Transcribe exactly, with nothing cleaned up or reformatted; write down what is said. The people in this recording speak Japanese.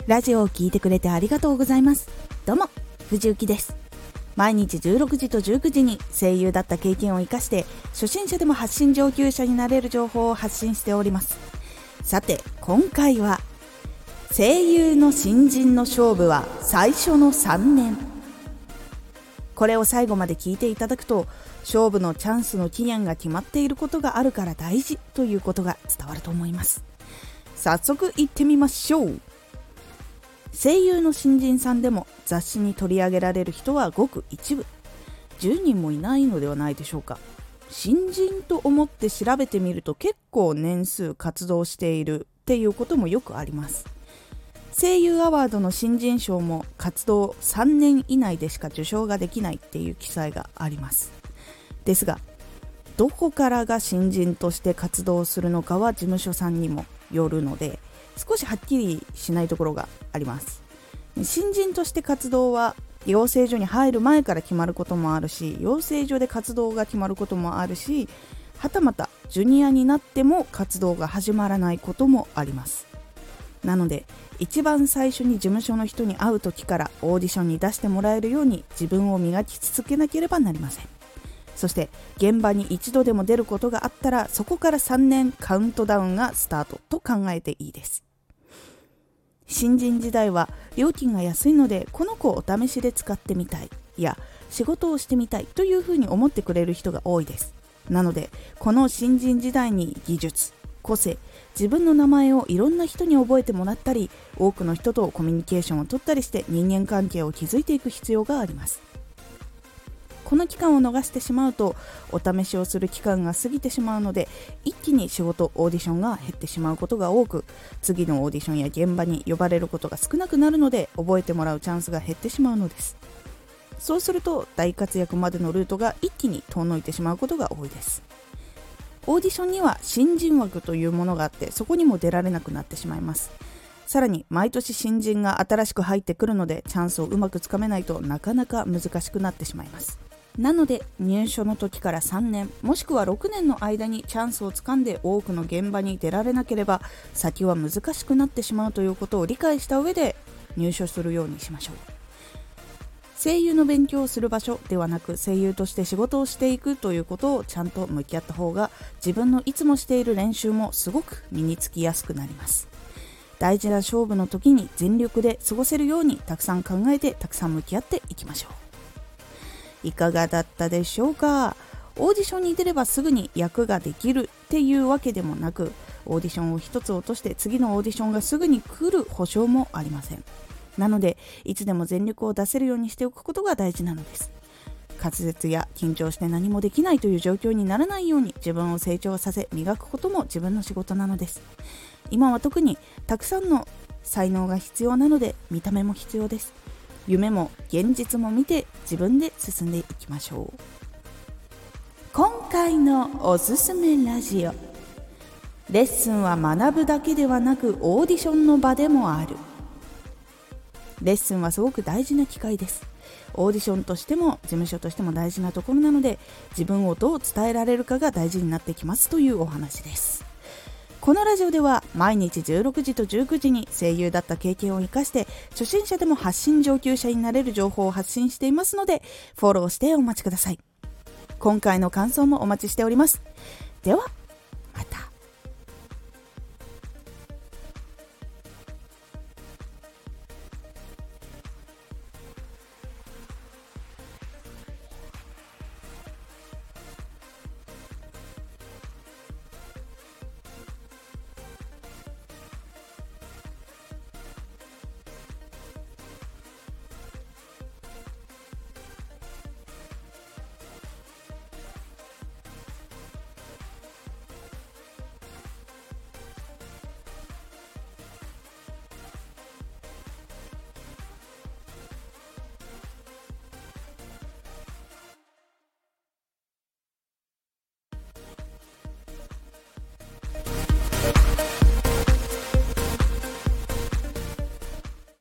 ラジオを聞いてくれてありがとうございます。どうも藤幸です。毎日じゅうろくじとじゅうくじに声優だった経験を生かして初心者でも発信上級者になれる情報を発信しております。さて今回は声優の新人の勝負は最初のさんねん。これを最後まで聞いていただくと勝負のチャンスの期限が決まっていることがあるから大事ということが伝わると思います。早速行ってみましょう。声優の新人さんでも雑誌に取り上げられる人はごく一部、じゅうにんもいないのではないでしょうか。新人と思って調べてみると結構年数活動しているっていうこともよくあります。声優アワードの新人賞も活動さんねん以内でしか受賞ができないっていう記載があります。ですがどこからが新人として活動するのかは事務所さんにもよるので少しはっきりしないところがあります。新人として活動は養成所に入る前から決まることもあるし、養成所で活動が決まることもあるし、はたまたジュニアになっても活動が始まらないこともあります。なので一番最初に事務所の人に会う時からオーディションに出してもらえるように自分を磨き続けなければなりません。そして現場に一度でも出ることがあったらそこからさんねんカウントダウンがスタートと考えていいです。新人時代は料金が安いのでこの子をお試しで使ってみたいや仕事をしてみたいというふうに思ってくれる人が多いです。なのでこの新人時代に技術、個性、自分の名前をいろんな人に覚えてもらったり多くの人とコミュニケーションを取ったりして人間関係を築いていく必要があります。この期間を逃してしまうとお試しをする期間が過ぎてしまうので一気に仕事、オーディションが減ってしまうことが多く、次のオーディションや現場に呼ばれることが少なくなるので覚えてもらうチャンスが減ってしまうのです。そうすると大活躍までのルートが一気に遠のいてしまうことが多いです。オーディションには新人枠というものがあってそこにも出られなくなってしまいます。さらに毎年新人が新しく入ってくるのでチャンスをうまくつかめないとなかなか難しくなってしまいます。なので入所の時からさんねんもしくはろくねんの間にチャンスをつかんで多くの現場に出られなければ先は難しくなってしまうということを理解した上で入所するようにしましょう。声優の勉強をする場所ではなく声優として仕事をしていくということをちゃんと向き合った方が自分のいつもしている練習もすごく身につきやすくなります。大事な勝負の時に全力で過ごせるようにたくさん考えてたくさん向き合っていきましょう。いかがだったでしょうか。オーディションに出ればすぐに役ができるっていうわけでもなく、オーディションを一つ落として次のオーディションがすぐに来る保証もありません。なのでいつでも全力を出せるようにしておくことが大事なのです。滑舌や緊張して何もできないという状況にならないように自分を成長させ磨くことも自分の仕事なのです。今は特にたくさんの才能が必要なので見た目も必要です。夢も現実も見て自分で進んでいきましょう。今回のおすすめラジオ。レッスンは学ぶだけではなくオーディションの場でもある。レッスンはすごく大事な機会です。オーディションとしても事務所としても大事なところなので自分をどう伝えられるかが大事になってきますというお話です。このラジオでは毎日じゅうろくじとじゅうくじに声優だった経験を生かして初心者でも発信上級者になれる情報を発信していますのでフォローしてお待ちください。今回の感想もお待ちしております。では